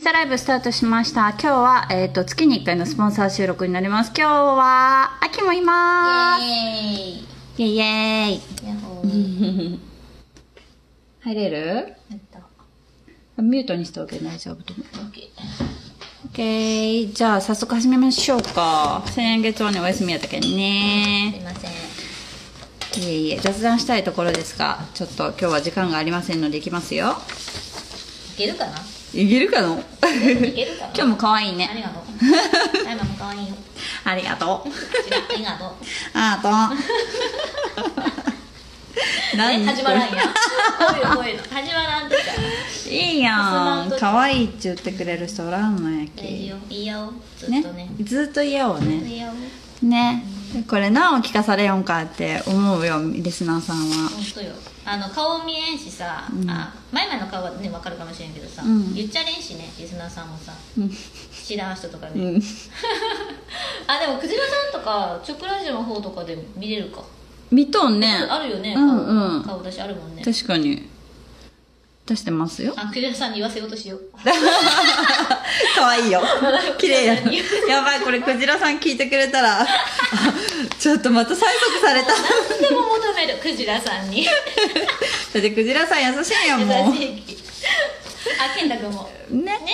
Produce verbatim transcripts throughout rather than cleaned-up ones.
ライブスタートしました。今日は、えー、と月にいっかいのスポンサー収録になります。今日は秋もいまーす。 イエーイイエイイエーイ。 ヤッホー入れる？ やったミュートにしておけば大丈夫と思う。 オッケー。 オッケー。じゃあ早速始めましょうか。先月はねお休みやったけんすいね。 ません。 いえいえ、雑談したいところですが、ちょっと今日は時間がありませんのでいきますよ。 いけるかな？ いけるかの？ いけるかな？ 今日も可愛いありね。 がとう。タイマーも可愛いよ。 ありがとう。 ありがとう。 ありがとう。 え、 何始まらんや。こういうこういうの始まらんとじゃん。 いいやん。可愛いって言ってくれる人おらんのやけ。 大事よ。いいよ。ずっとね。 ずっと嫌をね。 いいよ。 ね。これ何を聞かされよんかって思うよ、リスナーさんは。 ほんとよ。あの顔見えんしさ、 うんあ、前々の顔はね分かるかもしれんけどさ、 うん言っちゃれんしね、リスナーさんもさ、 うん知らん人とかね。 うん。 あ、でもクジラさんとかチョクラジオの方とかで見れるか。 見とんね。 あるよね。 うんうん。 顔出しあるもんね。 確かに。出してますよ。 あ、クジラさんに言わせようとしよう。 可愛いよ。綺麗や。やばい、これクジラさん聞いてくれたら、あちょっとまた催促された。 何でも求めるクジラさんに。 だってクジラさん優しいやん、もう。 優しい。あ、健太君も。 ね。 ね。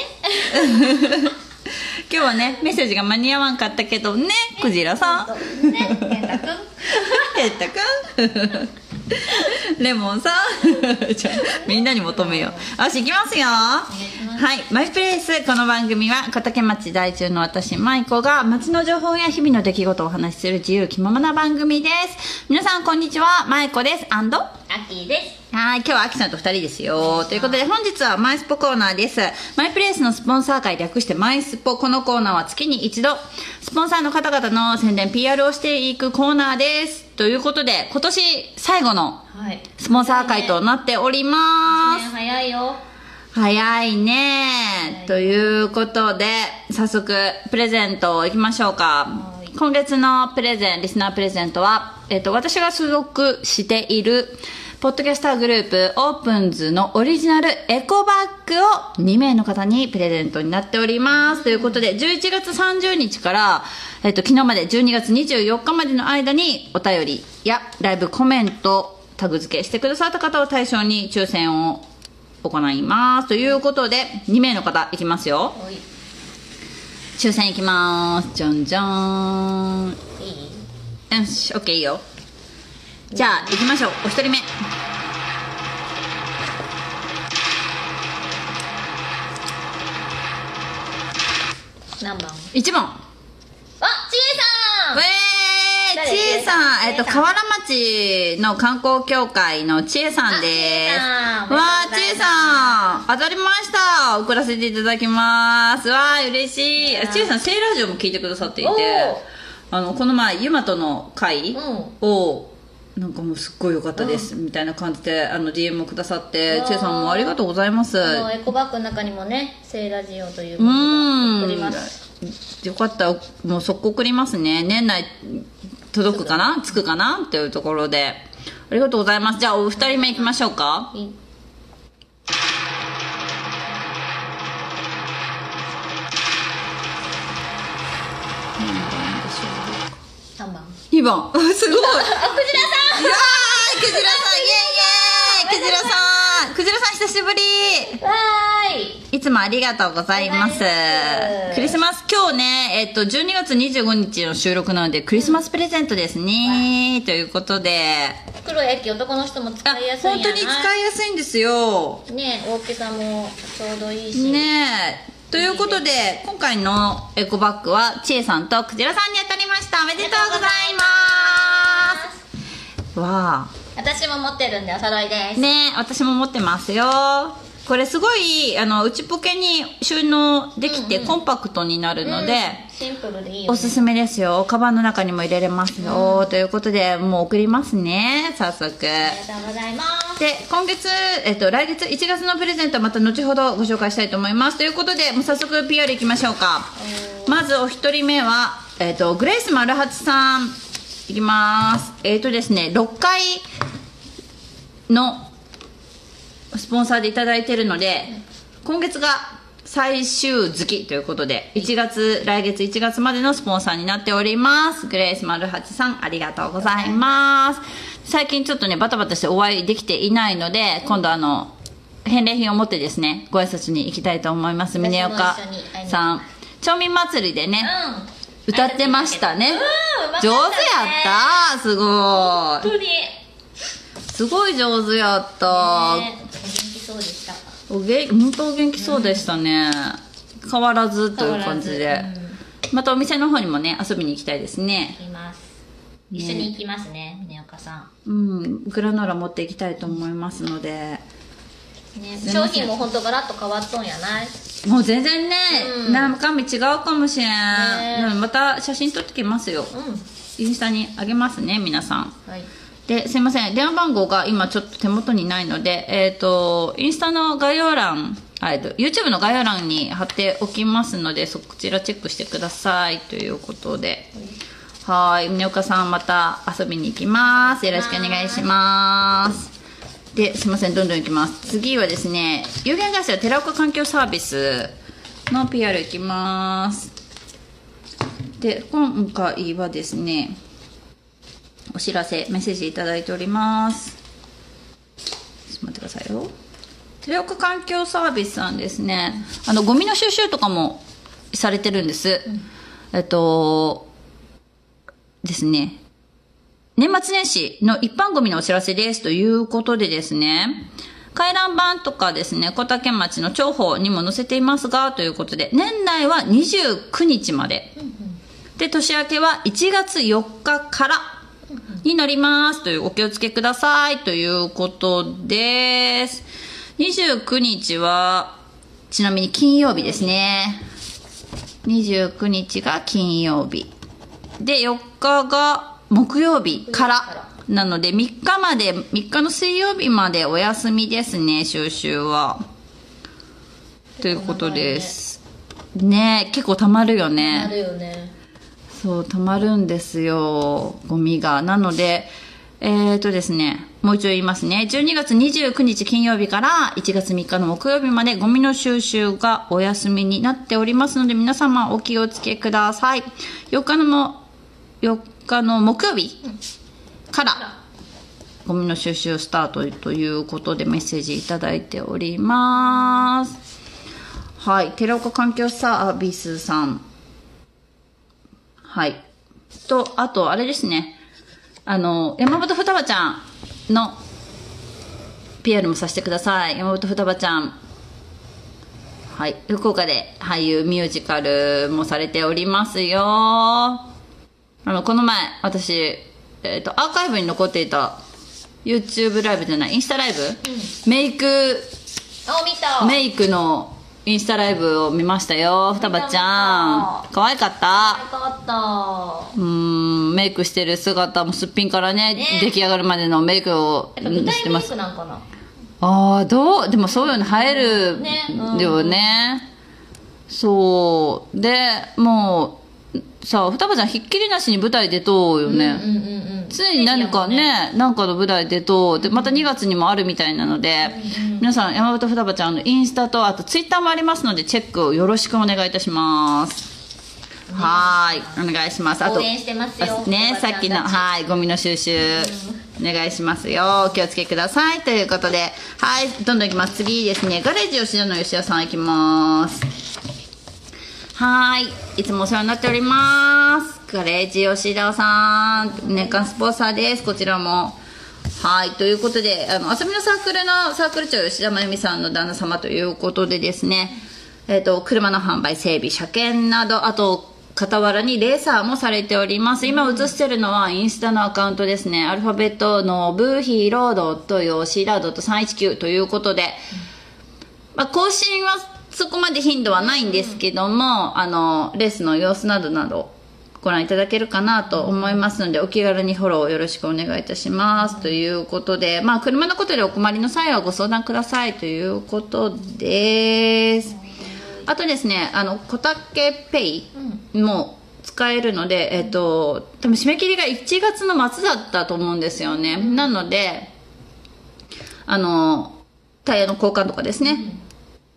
今日はね、メッセージが間に合わんかったけどね、クジラさん。 ね、健太君。 ケンタくん。レモンさん。じゃあみんなに求めよう。よし、いきますよ。はい、マイプレイス。この番組は小竹町在住の私舞子が町の情報や日々の出来事をお話しする自由気ままな番組です。皆さんこんにちは、舞子です。アンドアッキーです。 はい、今日はアキさんとふたりですよ。ということで本日はマイスポコーナーです。マイプレイスのスポンサー会略してマイスポ。このコーナーは月に一度スポンサーの方々の宣伝 ピーアール をしていくコーナーです。ということで今年最後のはい。 スポンサー会となっております。 ね、早いよ。 早いね。ということで早速プレゼントいきましょうか。今月のプレゼンリスナープレゼントは、えっと、私が所属しているポッドキャスターグループオープンズのオリジナルエコバッグをにめいの方にプレゼントになっております。ということでじゅういちがつさんじゅうにちから、えっと、昨日までじゅうにがつにじゅうよっかまでの間にお便りやライブコメントタグ付けしてくださった方を対象に抽選を行います。ということでにめいの方いきますよ。 おい。 抽選いきます。じゃんじゃーん。 いい？ よし、オッケーいいよ。じゃあ行きましょう。お一人目。 何番？ いちばん。 あ、ちえさん。 ウェーイ、 誰ちえさん、えっと、 ちえさん河原町の観光協会のちえさんです。 あちえさんわー、ちえさん、当たりました。送らせていただきます。わー、嬉しい。 やーちえさん、セイラジオも聞いてくださっていて、 おーあの、この前、ユマとの会うんを、なんかもうすっごい良かったです、みたいな感じで、あの、ディーエム をくださってう、わーちえさんもありがとうございます。 あのエコバッグの中にもね、セイラジオといううものんが送ります。 よかったらもう速攻送りますね。年内届くかなつくかなっていうところでありがとうございます。じゃあお二人目いきましょうか。 いい。さんばん。 にばん。すごい。 あ、クジラさん。 いやー、クジラさん、イエイイエーイ、クジラさん、クジラさん久しぶり。 わーい。 いつもありがとうございます。 ございますクリスマス、今日ね、えっと、じゅうにがつにじゅうごにちの収録なので、クリスマスプレゼントですね。ということで。 黒やき男の人も使あ、 いやすいんやな。 本当に使いやすいんですよ。 ね、大きさもちょうどいいし。 ねえ。ということで、今回のエコバッグは、ちえさんとクジラさんに当たりました。おめでとうございます。わあ。 私も持ってるんでお揃いです。 ねえ、私も持ってますよ。これすごい、あの、内ポケに収納できてコンパクトになるので、 うん、シンプルでいいよ、ね、 おすすめですよ。カバンの中にも入れれますよ。うん、ということで、もう送りますね。早速。 ありがとうございます。 で、今月、えっと、来月いちがつのプレゼントまた後ほどご紹介したいと思います。ということで、もう早速 ピーアール いきましょうか。まずお一人目は、えっと、グレイス丸八さん。いきます。えっとですね、ろっかいのスポンサーでいただいてるので、今月が最終月ということで、いちがつ、来月いちがつまでのスポンサーになっております。グレイス丸八さん、ありがとうございます。最近ちょっとね、バタバタしてお会いできていないので、今度あの、返礼品を持ってですね、ご挨拶に行きたいと思います。峰岡さん。町民祭りでね、うん、歌ってましたね。うん、上手やったすごい。 本当に。 すごい上手やった。 ね、お元気そうでした。 おげ本当お元気そうでしたね、うん、変わらずという感じで、うん、またお店の方にもね遊びに行きたいですね。 行きます、一緒に行きますね、峰岡さん。 うんグラノーラ持っていきたいと思いますので、 ね、商品も本当ガラッと変わっとんやない。 もう全然ね、うん、中身違うかもしれん、ね、また写真撮ってきますよ、うん、インスタにあげますね皆さん、はい。ですいません、電話番号が今ちょっと手元にないので、えっ、ー、とインスタの概要欄、あ、えっと YouTube の概要欄に貼っておきますので、そこちらチェックしてくださいということで、はい、峰岡さんまた遊びに行きます。よろしくお願いします。ですいません、どんどんいきます。次はですね、有限会社寺岡環境サービスの ピーアール いきます。で今回はですね、お知らせメッセージいただいております。ちょっと待ってくださいよ。寺岡環境サービスさんですね、あのゴミの収集とかもされてるんです、うん、えっとですね、年末年始の一般ゴミのお知らせですということでですね、回覧板とかですね、小竹町の重宝にも載せていますがということで、年内はにじゅうくにちまで、うんうん、で年明けはいちがつよっかからになりますという、お気をつけくださいということです。にじゅうくにちはちなみに金曜日ですね。にじゅうくにちが金曜日で、よっかが木曜日からなので、みっかまで、みっかの水曜日までお休みですね、収集はということですね。結構たまるよね。 たまるよね。 そう、たまるんですよ、ゴミが。なので、えーとですね、もう一度言いますね。じゅうにがつにじゅうくにち金曜日からいちがつみっかの木曜日までゴミの収集がお休みになっておりますので、皆様お気をつけください。よっかのも、よっかの木曜日からゴミの収集スタートということでメッセージいただいております。はい、寺岡環境サービスさん。はい。と、あと、あれですね。あの、山本双葉ちゃんの ピーアール もさせてください。山本双葉ちゃん。はい。福岡で俳優ミュージカルもされておりますよ。あの、この前、私、えっと、アーカイブに残っていた YouTube ライブじゃない、インスタライブ、うん、メイク、 あ、見た。 メイクのインスタライブを見ましたよ。双葉ちゃん可愛かった。可愛かった。 うーん、メイクしてる姿もすっぴんからね、ね、出来上がるまでのメイクをしてます。 舞台メイクなんかな。 ああ、どうでもそういうの映えるよね、うん、そうで、もうさあ双葉ちゃんひっきりなしに舞台出とうよね、うんうんうんうん、常に何かね、なんかの舞台出とうで、またにがつにもあるみたいなので、うんうん、皆さん山本双葉ちゃんのインスタとあとツイッターもありますので、チェックをよろしくお願いいたします。はいお願いします。あと応援してますよね、さっきのはいゴミの収集、うん、お願いしますよ。お気をつけくださいということで、はいどんどんいきます。次ですね、ガレージ吉田の吉田さんいきます。はいいつもお世話になっております。ガレージ吉田さん年間スポンサーです。こちらもはいということで、あの遊びのサークルのサークル長吉田真由美さんの旦那様ということでですね、えーと車の販売整備車検など、あと傍らにレーサーもされております。今映してるのはインスタのアカウントですね。アルファベットのブーヒーロードと吉田 さんいちきゅう ということで、まあ、更新はそこまで頻度はないんですけども、あのレースの様子などなどご覧いただけるかなと思いますので、お気軽にフォローよろしくお願いいたしますということで、まあ、車のことでお困りの際はご相談くださいということです。あとですね、あの小竹ペイも使えるので、えっと多分締め切りがいちがつの末だったと思うんですよね。なのであのタイヤの交換とかですね、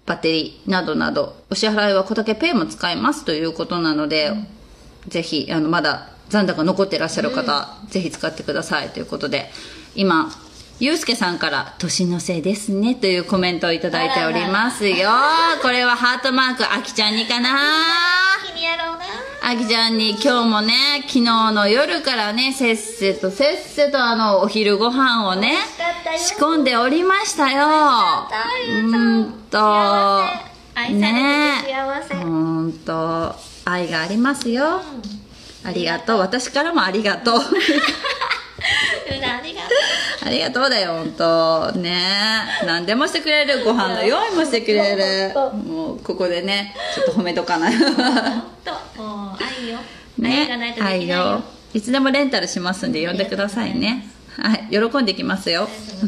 バッテリーなどなど、お支払いは小竹ペイも使えますということなので、うん、ぜひあのまだ残高残っていらっしゃる方、うん、ぜひ使ってくださいということで、今ゆうすけさんから年の瀬ですねというコメントをいただいておりますよ。これはハートマークあきちゃんにかな。 気にやろうな。 あきちゃんに今日もね、昨日の夜からね、せっせとせっせとあのお昼ご飯をね仕込んでおりましたよ。うんとね、ほんと愛がありますよ、うん、ありがとう。私からもありがとうありがとうありがとうだよ、本当ね。何でもしてくれる、ご飯の用意もしてくれる。もうここでねちょっと褒めとかない本当もう愛よ、ね、愛がないとできないよ。愛よ、 いつでもレンタルしますんで呼んでくださいね。はい、喜んできますよ。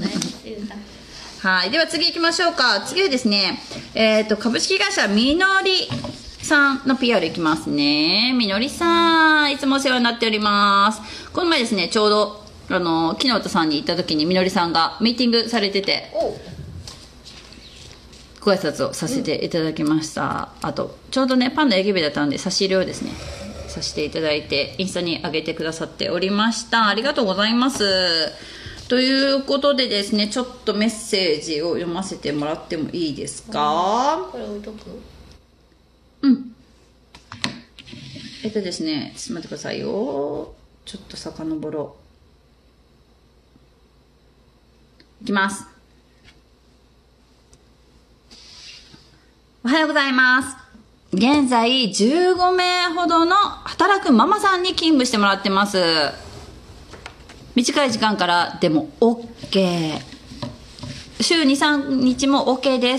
はい、では次行きましょうか。次はですね、えっと株式会社みのりさんの ピーアール いきますね。みのりさん、いつもお世話になっております。この前ですね、ちょうどあの木の歌さんに行った時にみのりさんがミーティングされててご挨拶をさせていただきました、うん、あとちょうどねパンの焼き火だったんで差し入れをですねさせていただいてインスタに上げてくださっておりました。ありがとうございます。ということでですね、ちょっとメッセージを読ませてもらってもいいですか。 これ置いとく。 うんえっとですねちょっと待ってくださいよ。ちょっと遡ろう。いきます。おはようございます。現在じゅうごめいほどの働くママさんに勤務してもらってます。短い時間からでも OK。 週にさんにちも OK です。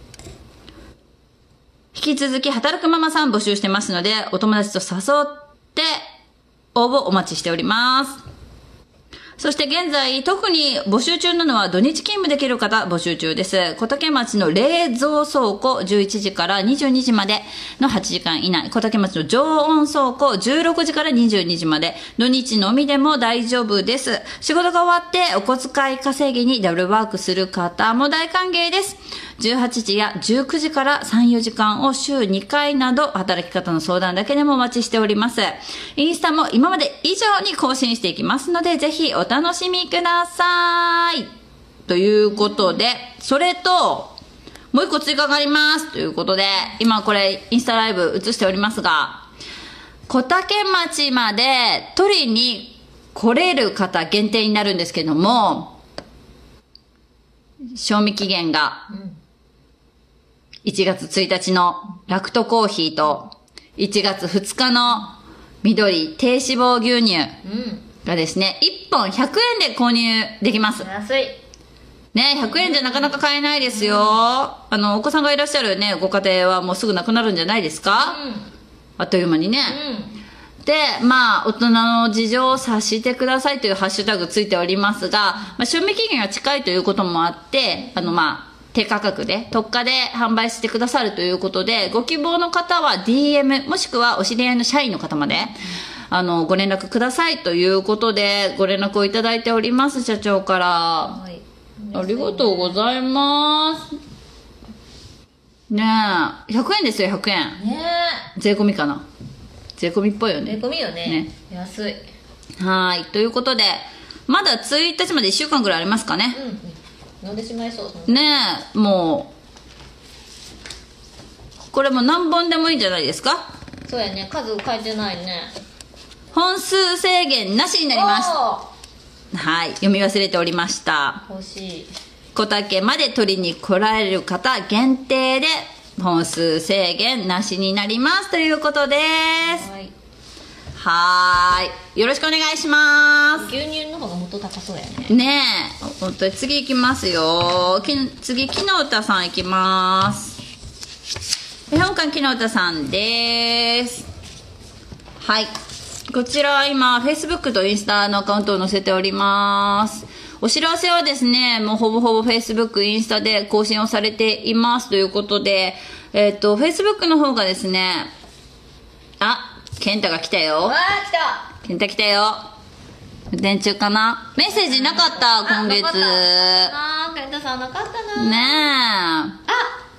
引き続き働くママさん募集してますので、お友達と誘って応募お待ちしております。そして現在特に募集中なのは土日勤務できる方募集中です。小竹町の冷蔵倉庫じゅういちじからにじゅうにじまでのはちじかん以内、小竹町の常温倉庫じゅうろくじからにじゅうにじまで、土日のみでも大丈夫です。仕事が終わってお小遣い稼ぎにダブルワークする方も大歓迎です。じゅうはちじやじゅうくじからさん、よじかんを週にかいなど働き方の相談だけでもお待ちしております。インスタも今まで以上に更新していきますので、ぜひお楽しみください。ということで、それと、もう一個追加があります。ということで、今これインスタライブ映しておりますが、小竹町まで取りに来れる方限定になるんですけども、賞味期限が、うんいちがつついたちのラクトコーヒーといちがつふつかの緑低脂肪牛乳がですね、いっぽんひゃくえんで購入できます。 安いね、ひゃくえんじゃなかなか買えないですよ。あのお子さんがいらっしゃるねご家庭はもうすぐなくなるんじゃないですか、うん、あっという間にね、うん、でまあ大人の事情を察してくださいというハッシュタグついておりますが、まあ、賞味期限が近いということもあってあのまあ低価格で特価で販売してくださるということで、ご希望の方は ディーエム もしくはお知り合いの社員の方まで、うん、あのご連絡くださいということでご連絡をいただいております。社長から、はい、ありがとうございますね。えひゃくえんですよ。ひゃくえんねえ税込みかな。税込みっぽいよね。 税込みよ ね, ね安い。 はいということでまだついたちまでいっしゅうかんぐらいありますかね。 うん飲んでしまいそうねえ、もうこれも何本でもいいんじゃないですか。 そうやね、数書いてないね。 本数制限なしになります。はい読み忘れておりました。 欲しい。 小竹まで取りに来られる方限定で本数制限なしになりますということです。はいはーいよろしくお願いします。 牛乳の方がもっと高そうやね。 ねえ本当に次いきますよ。き次木の歌さんいきます。絵本館木の歌さんです。はいこちら今 Facebook とインスタのアカウントを載せております。お知らせはですねもうほぼほぼ Facebook インスタで更新をされていますということで、えっと Facebook の方がですねあ健太が来たよ。 わー来た。 健太来たよ。電柱かな。メッセージなかった今月。 ああ健太さんなかったな。 ねえあ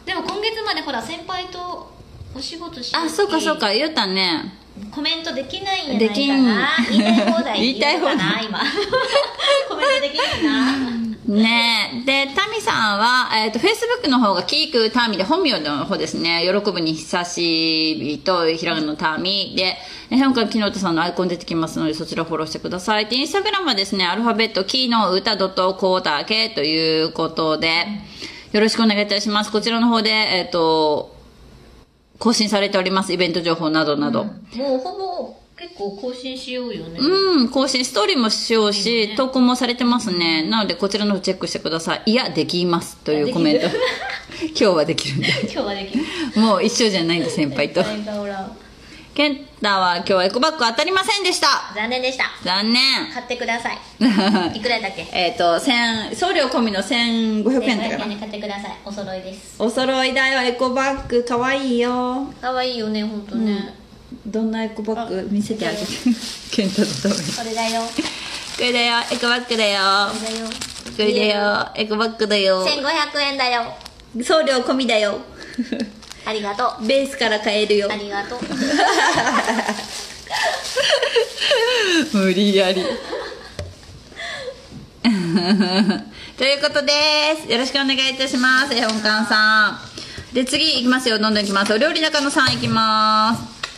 でも今月までほら先輩とお仕事しあ、そうかそうか、言ったね。 コメントできないんじゃないかな。言いたい放題言いたい放題言うかな今コメントできないな。 ねえ。で、タミさんは、えっ、と、Facebook の方がキークタミで本名の方ですね。喜ぶに久しぶりと、ひらがなのタミで、え本館木の歌さんのアイコン出てきますので、そちらフォローしてください。で、インスタグラムはですね、アルファベット、キーの歌ドットコーターケということで、よろしくお願いいたします。こちらの方で、えっ、と、更新されております。イベント情報などなど。 うん、もうほぼ結構更新しようよね。 うん、更新、ストーリーもしようし、ね、投稿もされてますね。なので、こちらの方チェックしてください。いや、できます。というコメント。今日はできるんで。 今日はできる。 もう一緒じゃないんだ、先輩と。ケンタは今日はエコバッグ当たりませんでした。 残念でした。 残念。 買ってください。いくらだっけ？ えっと、千、送料込みのせんごひゃくえんだから。 せんごひゃくえんで買ってください。お揃いです。 お揃いだよ、エコバッグ。かわいいよ。 かわいいよね、ほんとね。 うん、どんなエコバッグ見せてあげて。ケンタと食べる。 これだよ。 これだよ、エコバッグだよ。 これだよ。 これだよ、エコバッグだよ。 せんごひゃくえんだよ。 送料込みだよ。 ありがとう。 ベースから買えるよ。 ありがとう。 無理やり。ということです。よろしくお願いいたします。絵本館さん。で、次いきますよ。どんどんいきます。お料理中野さんいきます。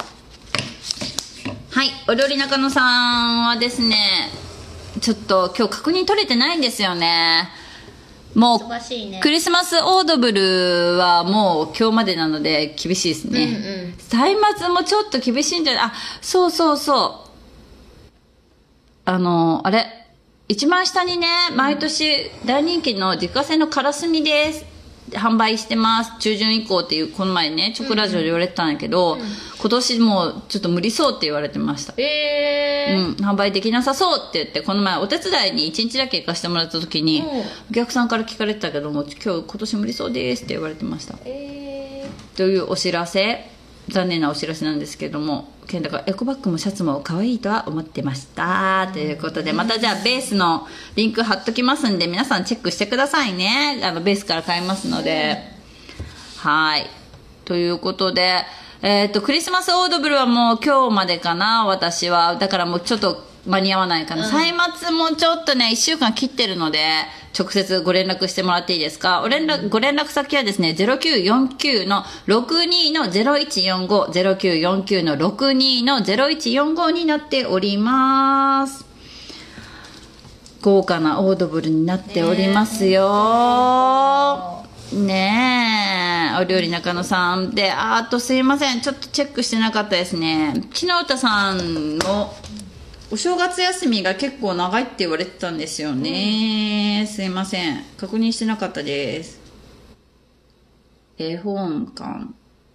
はい。お料理中野さんはですね、ちょっと今日確認取れてないんですよね。もう、ね、クリスマスオードブルはもう今日までなので厳しいですね。うんうん、歳末もちょっと厳しいんじゃない？あ、そうそうそう。あの、あれ、一番下にね、毎年大人気の自家製のからすみです。販売してます。中旬以降っていう、この前ね、チョコラジオで言われてたんだけど、うんうん、今年もうちょっと無理そうって言われてました。 えー。 うん、販売できなさそうって言って、この前お手伝いに一日だけ行かせてもらった時に、うん、お客さんから聞かれてたけども、今日今年無理そうですって言われてました。えー。というお知らせ、残念なお知らせなんですけども、ケンタがエコバッグもシャツも可愛いとは思ってましたということで、またじゃあベースのリンク貼っときますんで、皆さんチェックしてくださいね。あのベースから買えますので、うん、はいということで、えっとクリスマスオードブルはもう今日までかな、私は。だからもうちょっと間に合わないかな、うん、歳末もちょっとねいっしゅうかん切ってるので、直接ご連絡してもらっていいですか？お連絡、ご連絡先はですね、ゼロきゅうよんきゅうのろくにのゼロいちよんご、ゼロきゅうよんきゅうのろくにのゼロいちよんごになっております。豪華なオードブルになっておりますよ。ねえ、お料理中野さんで、あ、あとすいません、ちょっとチェックしてなかったですね。木の歌さんのお正月休みが結構長いって言われてたんですよね、うん、すいません、確認してなかったです。絵本館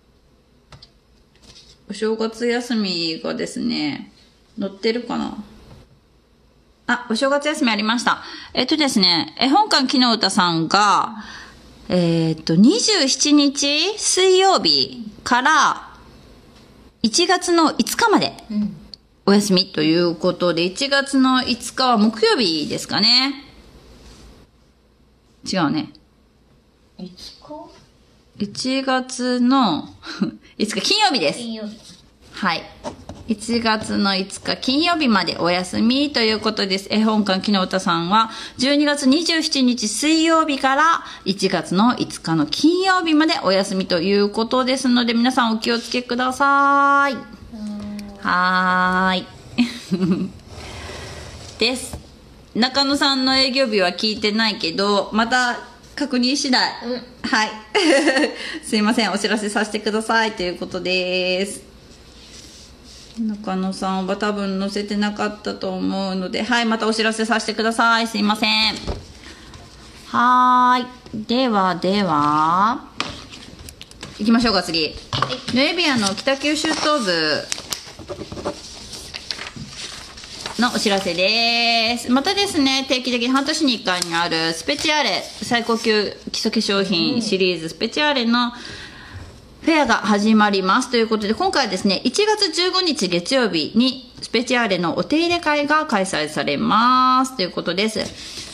お正月休みがですね載ってるかなあ、お正月休みありました。えっとですね、絵本館木の歌さんがえー、っとにじゅうしちにち水曜日からいちがつのいつかまで、うんお休みということで、いちがつのいつかは木曜日ですかね。違うね。 いつか ? いちがつのいつか金曜日です。 金曜日。 はい。いちがつのいつか金曜日までお休みということです。絵本館木の歌さんはじゅうにがつにじゅうしちにち水曜日からいちがつのいつかの金曜日までお休みということですので、皆さんお気をつけください。はーいです。中野さんの営業日は聞いてないけど、また確認次第、うん、はいすいません、お知らせさせてくださいということです。中野さんは多分載せてなかったと思うので、はい、またお知らせさせてください。すいません。はーい、ではでは行きましょうか。次、はい、ノエビアの北九州東部のお知らせです。またですね、定期的に半年にいっかいにあるスペチアーレ最高級基礎化粧品シリーズスペチアーレのフェアが始まりますということで、今回はですねいちがつじゅうごにち月曜日にスペチアーレのお手入れ会が開催されますということです。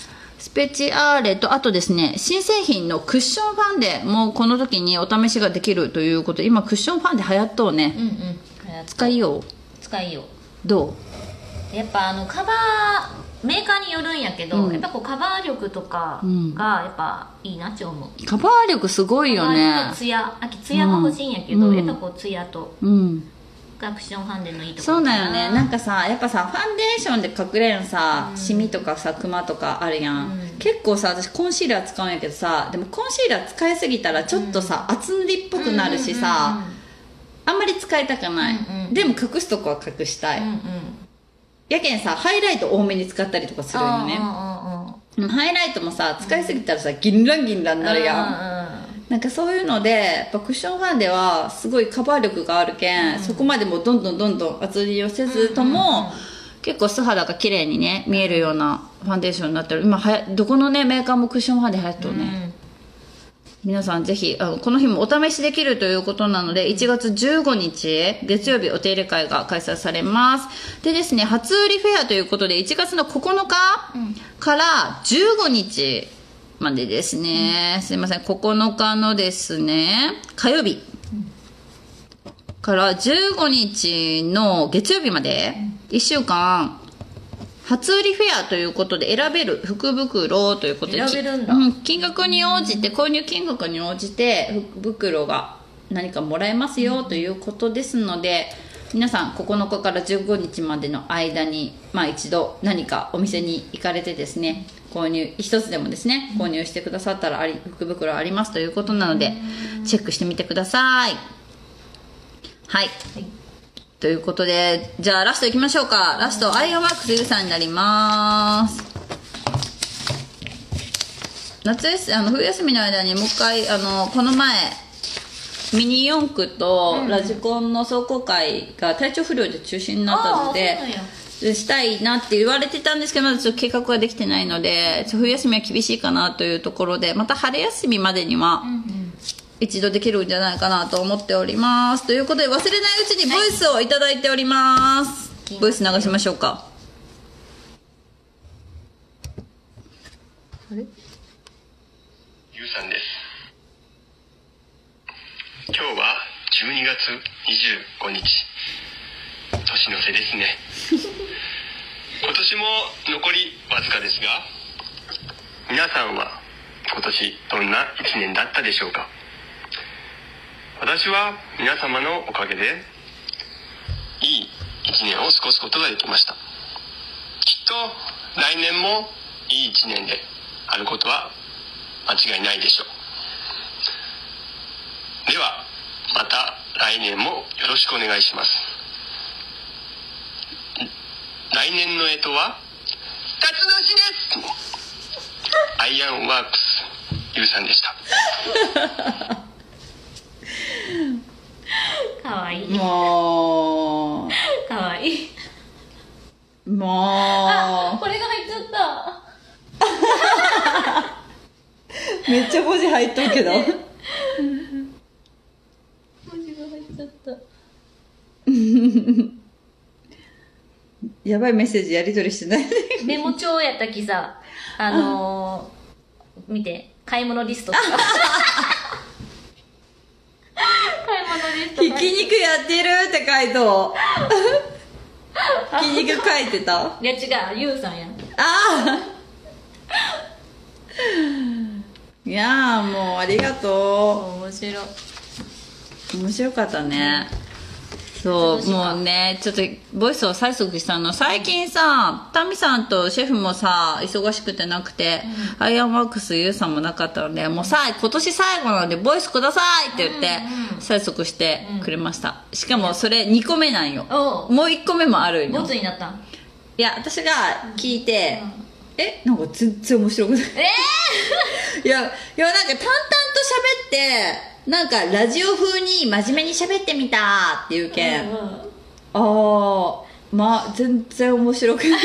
スペチアーレと、あとですね、新製品のクッションファンデもこの時にお試しができるということで、今クッションファンデ流行っとうね。 うんうん使いよう。 使いよどう。やっぱあのカバーメーカーによるんやけど、 うんやっぱこうカバー力とかがやっぱいいなって思う。 うカバー力すごいよね。 ツヤ、あきツヤが欲しいんやけど、 うんやっぱこうツヤとうんがクッションファンデのいいとこそうろだよね。なんかさ、やっぱさ、ファンデーションで隠れんさ、シミとかさ、クマとかあるやん、 うん結構さ、私コンシーラー使うんやけどさ、でもコンシーラー使いすぎたらちょっとさ、厚塗りっぽくなるしさ、あんまり使いたくない、 うんうんでも隠すとこは隠したい、 うんうんやけんさ、ハイライト多めに使ったりとかするよね。 あうんハイライトもさ、使いすぎたらさ、ギンランギンランになるやん、 んなんかそういうのでやっぱクッションファンデはすごいカバー力があるけん、 うんそこまでもうどんどんどんどん厚塗りをせずとも、 うんうんうん結構素肌が綺麗にね見えるようなファンデーションになってる。今はやどこのねメーカーもクッションファンデ流行っとるね、皆さんぜひあのこの日もお試しできるということなので、いちがつじゅうごにち月曜日お手入れ会が開催されます。でですね、初売りフェアということでいちがつのここのかからじゅうごにちまでですね、うん、すいませんここのかのですね火曜日からじゅうごにちの月曜日までいっしゅうかん初売りフェアということで選べる福袋ということで、 選べるんだ、 うん、金額に応じて購入金額に応じて福袋が何かもらえますよということですので、皆さんここのかからじゅうごにちまでの間に、まあ、一度何かお店に行かれてですね購入一つでもですね購入してくださったらあり福袋ありますということなのでチェックしてみてください。はい、はい、ということでじゃあラストいきましょうか。ラストアイアンワークスゆうさんになります。夏休あの冬休みの間にもう一回あのこの前ミニ四駆とラジコンの壮行会が体調不良で中止になったので、うん、したいなって言われてたんですけどまだちょっと計画ができてないので冬休みは厳しいかなというところで、また春休みまでには一度できるんじゃないかなと思っております。ということで忘れないうちにボイスをいただいております、はい、ボイス流しましょうか。 あれゆうさんです。今日はじゅうにがつにじゅうごにち、年の瀬ですね今年も残りわずかですが、皆さんは今年どんないちねんだったでしょうか。私は皆様のおかげでいいいちねんを過ごすことができました。きっと来年もいいいちねんであることは間違いないでしょう。ではまた来年もよろしくお願いします。来年の干支は辰年です。アイアンワークスゆうさんでしたかわいい。 もうかわいい。 もうあ、これが入っちゃっためっちゃ文字入っとるけど文字が入っちゃったやばいメッセージやり取りしてないメモ帳やったきさ、あのー、見て買い物リストとか買い物リストひき肉やってるって書いとひき肉書いてた。 いや違う、ゆうさんや。 ああいやーもうありがと面白い。 面白かったね。そうもうねちょっとボイスを催促したの。最近さタミさんとシェフもさ忙しくてなくて、うん、アイアンワークスユウさんもなかったのでもうさ今年最後なのでボイスくださいって言って催促してくれました、うん、しかもそれにこめなんよ、うん、もういっこめもあるんよ。 ボツになったん。 いや私が聞いて、うん、えなんか全然面白くないえー、いやいやなんか淡々と喋ってなんかラジオ風に真面目に喋ってみたっていうけん、うんうん、ああまあ全然面白くない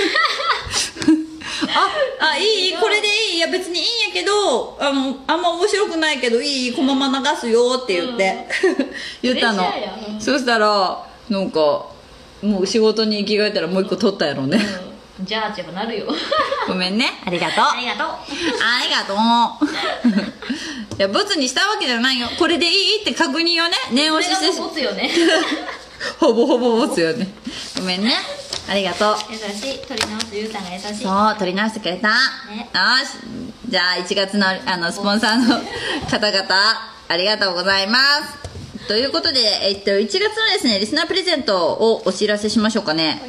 ああいいこれでいいいや別にいいんやけどあのあんま面白くないけどいいこのまま流すよって言って、うん、言ったの、うん、そしたらなんかもう仕事に着替えたらもう一個撮ったやろうね、 うん、 じゃあってなるよ。 ごめんね、ありがとう。 ありがとう。 ありがとう。いや、ボツにしたわけじゃないよ。これでいいって確認をね、念押しして。 持つよね。 ほぼほぼボツよね。ごめんね。ありがとう。 優しい。取り直すゆうさんが優しい。 そう、取り直してくれた。 ね、 よし。じゃあ、いちがつの、あの、スポンサーの方々、ありがとうございます。ということで、えっと、いちがつのですね、リスナープレゼントをお知らせしましょうかね。はい、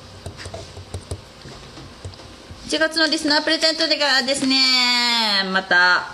いちがつのリスナープレゼントでがですね、また、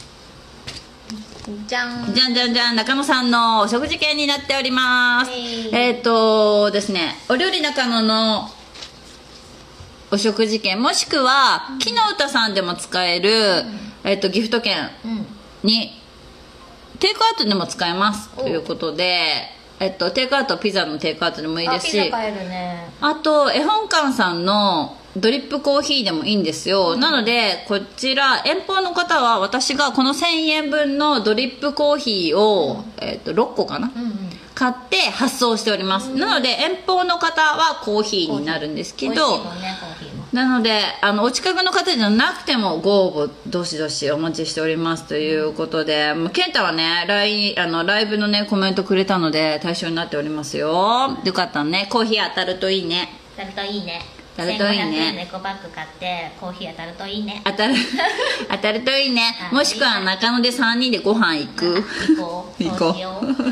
じゃんじゃんじゃんじゃん、中野さんのお食事券になっております。えっとですね、お料理中野のお食事券、もしくは、うん、木の歌さんでも使える、うん、えっとギフト券に、うん、テイクアウトでも使えますということで、えっと、テイクアウト、ピザのテイクアウトでもいいですし、 あ, ピザ買えるね。 あと絵本館さんのドリップコーヒーでもいいんですよ、うん、なのでこちら遠方の方は私がこのせんえんぶんのドリップコーヒーを、うん、えー、とろっこかな、うんうん、買って発送しております、うん、なので遠方の方はコーヒーになるんですけど、 ね、 なのであのお近くの方じゃなくてもご応募どしどしお待ちしておりますということで、もう健太はねラインあのライブのねコメントくれたので対象になっておりますよ。よかったね、コーヒー当たるといいね。 当たるといいね。 当たるといいね。 せんごひゃくえんのエコバッグ買ってコーヒー当たるといいね。 当たる当たるといいね。もしくは中野でさんにんでご飯行く。 行こう。 行こう。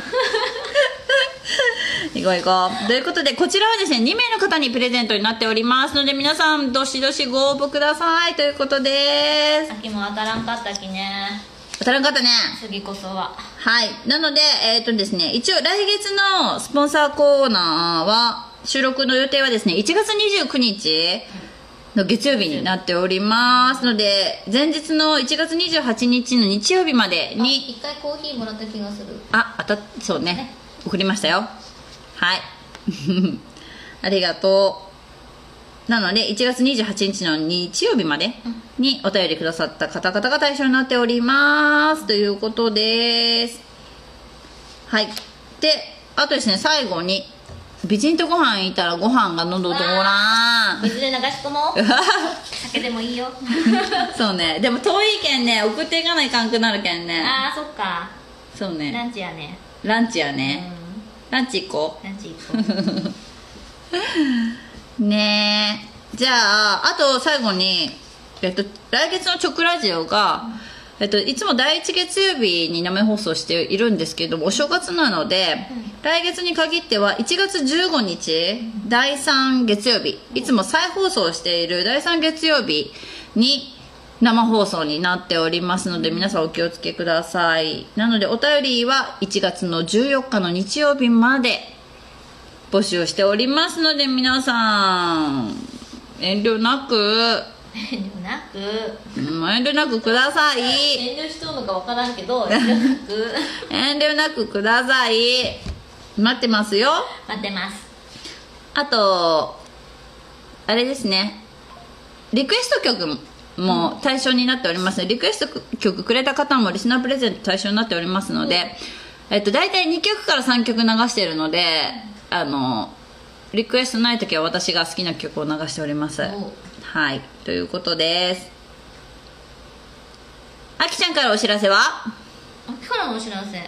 行こう行こう。ということでこちらはですねにめいの方にプレゼントになっておりますので、皆さんどしどしご応募くださいということです。 秋も当たらんかったきね。 当たらんかったね。 次こそは。 はい。なのでえっとですね、一応来月のスポンサーコーナーは収録の予定はですねいちがつにじゅうくにちの月曜日になっておりますので、前日のいちがつにじゅうはちにちの日曜日までに一回コーヒーもらった気がする。 あ、当たっそうね、ね、送りましたよ。はいありがとう。なのでいちがつにじゅうはちにちの日曜日までにお便りくださった方々が対象になっておりますということです。はい。であとですね、最後に美人とご飯行ったらご飯が喉通らん。 水で流し込もう酒でもいいよそうね、でも遠いけんね送っていかないかんくなるけんね。 ああそっか。 そうね、 ランチやね。 ランチやね、うん、ランチ行こう。ランチ行こうねえ。じゃああと最後に、えっと、来月の直ラジオが、うんえっと、いつもだいいち月曜日に生放送しているんですけども、お正月なので、うん、来月に限ってはいちがつじゅうごにち、うん、だいさん月曜日、いつも再放送しているだいさん月曜日に生放送になっておりますので、皆さんお気をつけください。なのでお便りはいちがつのじゅうよっかの日曜日まで募集しておりますので、皆さん遠慮なく遠慮なく、 うん、遠慮なくください。 遠慮しとるのか分からんけど遠慮なく遠慮なくください。待ってますよ。 待ってます。あとあれですね、リクエスト曲も対象になっておりますので、リクエスト曲くれた方もリスナープレゼント対象になっておりますので、うん、えっと、大体にきょくからさんきょく流しているので、あのリクエストない時は私が好きな曲を流しております。はい、ということです。あきちゃんからお知らせは？ あきからのお知らせ、え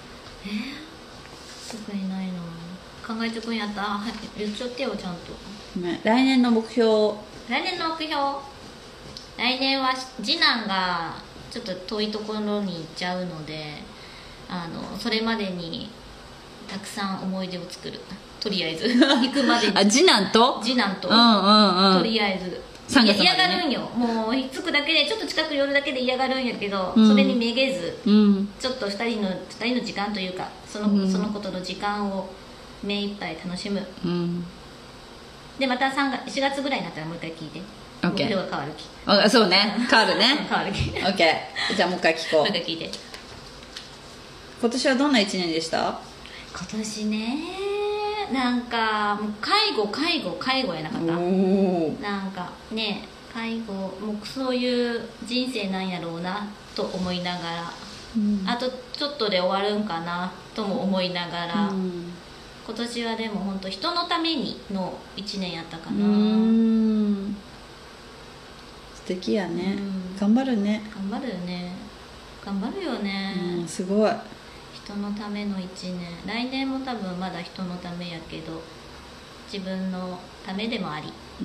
ー、特にないな。考えてくんやったら、はい、言っちゃってよちゃんと、 ね、来年の目標。 来年の目標、来年は次男がちょっと遠いところに行っちゃうので、あのそれまでにたくさん思い出を作る。とりあえず行くまでに。 あ、次男と次男と、 うんうんうん、 とりあえずさんがつまで、ね、 嫌がるんよ。もうひっつくだけでちょっと近く寄るだけで嫌がるんやけど、うん、それにめげず、うん、ちょっとふたりのふたりの時間というかその、うん、そのことの時間を目いっぱい楽しむ、うん、でまたさんがつしがつぐらいになったらもう一回聞いて。 オッケー。 目標が変わるき。 あ、そうね、変わるね変わるき。 オッケー。じゃあもう一回聞こう。 もう一回聞いて。 今年はどんないちねんでした？ 今年ね、なんかもう介護介護介護やなかった。なんかね、介護もうそういう人生なんやろうなと思いながら、うん、あとちょっとで終わるんかなとも思いながら、うん、今年はでも本当人のためにのいちねんやったかな。うん、 敵やね、 うん、 頑張るね。 頑張るよね頑張るよね、 うん、すごい。 人のためのいちねん、来年も多分まだ人のためやけど自分のためでもあり、 うん、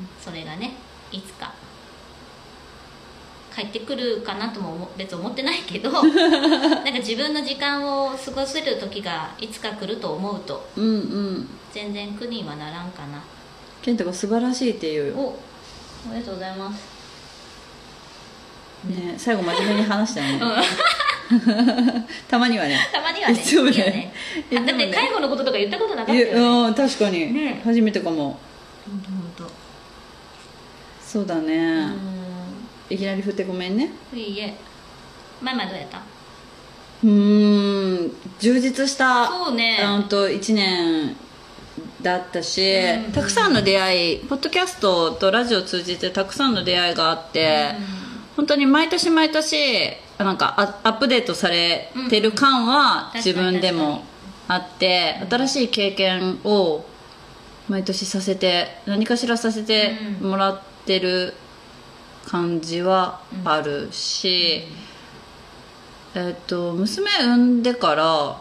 それがねいつか帰ってくるかなとも別に思ってないけどなんか自分の時間を過ごせる時がいつか来ると思うと、 うんうん、 全然苦にはならんかな。 健太が素晴らしいって言うよ。 おありがとうございます、 ね、最後真面目に話したよね、 うん、 たまにはねたまにはねいつもねいいよね。あだって介護のこととか言ったことなかったいよね。 や、うん、確かに、 ね、 初めてかも。 ほんとほんとそうだね、 うん、 いきなり振ってごめんね。 いいえ。前々どうやった？ うーん、充実したそうねうんといちねんだったし、 うんうん、 たくさんの出会い、ポッドキャストとラジオを通じてたくさんの出会いがあって、うん、本当に毎年毎年なんかアップデートされてる感は自分でもあって、うん、新しい経験を毎年させて何かしらさせてもらってる感じはあるし、うんうん、えっと娘産んでから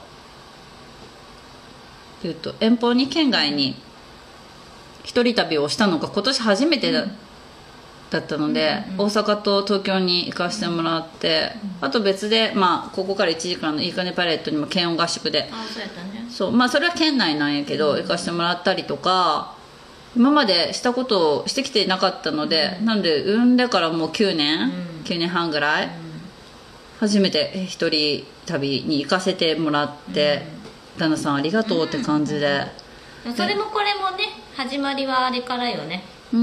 えっと遠方に県外に一人旅をしたのが今年初めてだ、うん、だったので、うんうん、大阪と東京に行かせてもらって、うん、あと別で、まあ、ここからいちじかんのいいかねパレットにも検温合宿で、 あ、そうやったね、 そう、まあ、それは県内なんやけど、うん、行かせてもらったりとか今までしたことをしてきてなかったので、うん、なんで産んでからもうきゅうねん、うん、きゅうねんはんぐらい、うん、初めて一人旅に行かせてもらって、うん、旦那さんありがとうって感じで、 うん、それもこれもね始まりはあれからよね、 うん、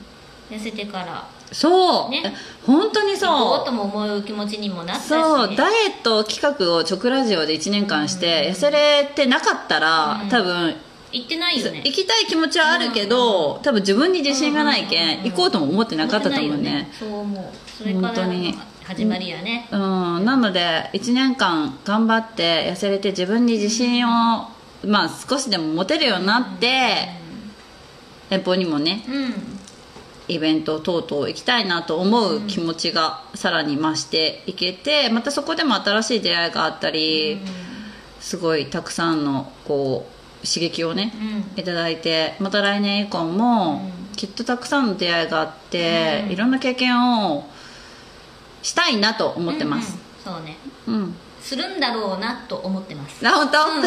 痩せてからそう、ね、本当にそう行こうとも思う気持ちにもなったし、ね、 そうダイエット企画を直ラジオでいちねんかんして、うん、痩せれてなかったら、うん、多分行ってないよね。 行きたい気持ちはあるけど、うん、多分自分に自信がないけん、うんうんうん、行こうとも思ってなかったと思うね、ね、 そう思う。それから始まりやね、 うん、うん、なのでいちねんかん頑張って痩せれて自分に自信を、まあ、少しでも持てるようになって、うん、遠方にもね、うん、イベント等々行きたいなと思う気持ちがさらに増していけて、またそこでも新しい出会いがあったり、うん、すごいたくさんのこう刺激をね、うん、いただいて、また来年以降も、うん、きっとたくさんの出会いがあって、うん、いろんな経験をしたいなと思ってます、 うんうん、そうね、 うん、 するんだろうなと思ってます。 あ、本当、 うんうん、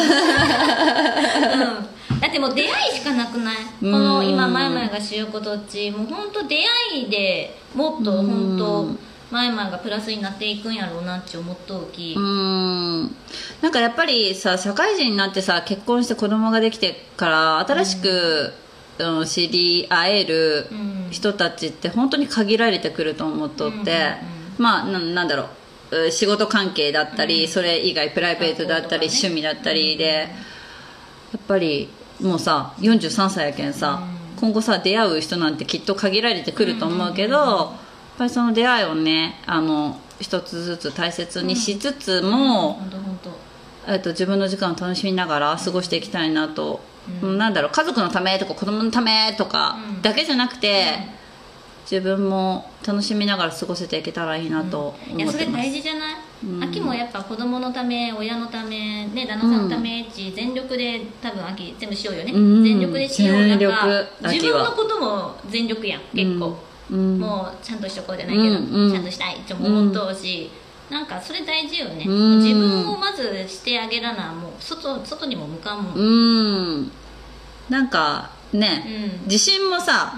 だってもう出会いしかなくない？この今まいまいがしようことっちもう本当出会いでもっと本当まいまいがプラスになっていくんやろうなって思っとうき、 うーん、なんかやっぱりさ社会人になってさ結婚して子供ができてから新しく、うん、知り合える人たちって本当に限られてくると思っとって、うんうんうん、まあ な, なんだろう仕事関係だったり、うん、それ以外プライベートだったり、ね、趣味だったりで、うん、やっぱりもうさよんじゅうさんさいやけんさ、うん、今後さ出会う人なんてきっと限られてくると思うけど、うんうんうん、やっぱりその出会いをねあの一つずつ大切にしつつも、うん、えっと自分の時間を楽しみながら過ごしていきたいなと、うん、なんだろう家族のためとか子供のためとかだけじゃなくて、うん、自分も楽しみながら過ごせていけたらいいなと思ってます、うん、いやそれ大事じゃない、うん、秋もやっぱ子供のため親のため、ね、旦那さんのためっち、うん、全力で多分秋全部しようよね、うん、全力でしよう。なんか自分のことも全力やん結構、うん、もうちゃんとしとこうじゃないけど、うん、ちゃんとしたいって思っとうし、うん、なんかそれ大事よね、うん、自分をまずしてあげらなもう 外, 外にも向かんもん、 うん、なんかね、うん、自信もさ、うん、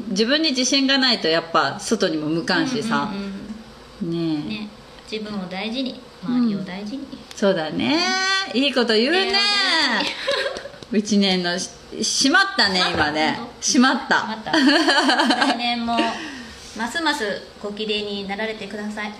自分に自信がないとやっぱ外にも向かんしさ、うんうんうん、ねえ、 ね、自分を大事に周りを大事に、うん、 そうだね、いいこと言うね、いちねんのしまったね今ね、しまったしまった来年もますますご綺麗になられてください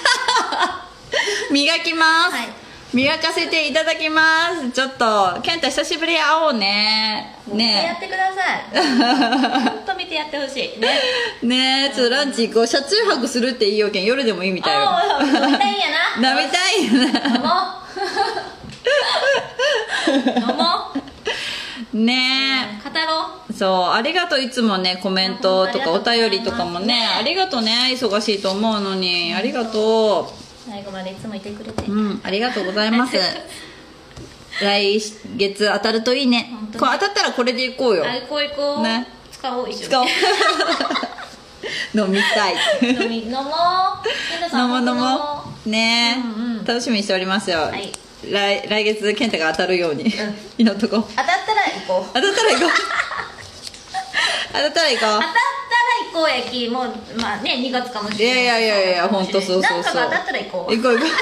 磨きます、 はい、 磨かせていただきます。ちょっと健太久しぶり会おうね。 ね、見てやってください本当見てやってほしいね。 ねえ、ちょっとランチ行こう。車中泊するっていいよけん夜でもいいみたいよ。 飲みたいんやな飲みたいんやな。 飲もう飲もうねえ、 うん、 当たろう。 そうありがとう。いつもねコメントとかお便りとかもね、ありがとうね。忙しいと思うのにありがと最後までいつもいてくれて、 う。うんありがとうございます。来月当たるといいね。これ当たったらこれでいこうよ。 あ、行こう行こう、 ね、 使おう、一緒に使おう飲みたい飲み飲もう、健太さん飲もう飲ももうね、 うんうん楽しみにしておりますよ、 はい、 来, 来月健太が当たるように、 ん祈っとこう。 当たったら行こう、 当たったら行こう当たったら行こ当たったら行こうやき、もうまあねにがつかもしう。いれない。 やいやいやいや本当そうそうそう。 なんかが当たったら行こう行こう行こ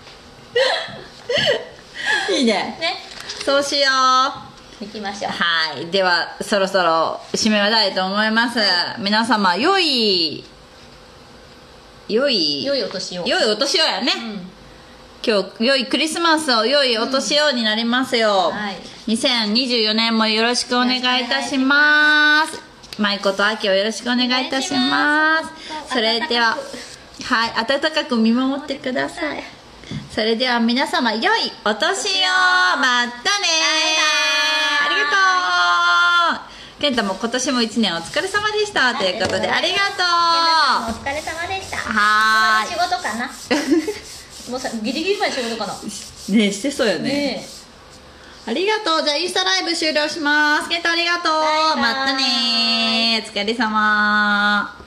ういいね。 ね、 そうしよう。 行きましょう。 はい、ではそろそろ締めたいと思います。皆様良い良い良いお年を。 良いお年をやね、 うん今日良いクリスマスを良いお年をになりますよ、 はい、 にせんにじゅうよねんもよろしくお願いいたします。舞子と秋をよろしくお願いいたします。それでははい温かく見守ってください。それでは皆様良いお年を。またねありがとう。健太も今年もいちねんお疲れ様でした、ということでありがお疲れ様でした。 はーい仕事かなもうさギリギリまで仕事かな。 とねえしてそうよね。 ねえ、 ありがとう。じゃあインスタライブ終了します。健太ありがとう。 バイバイまたねー。お疲れ様。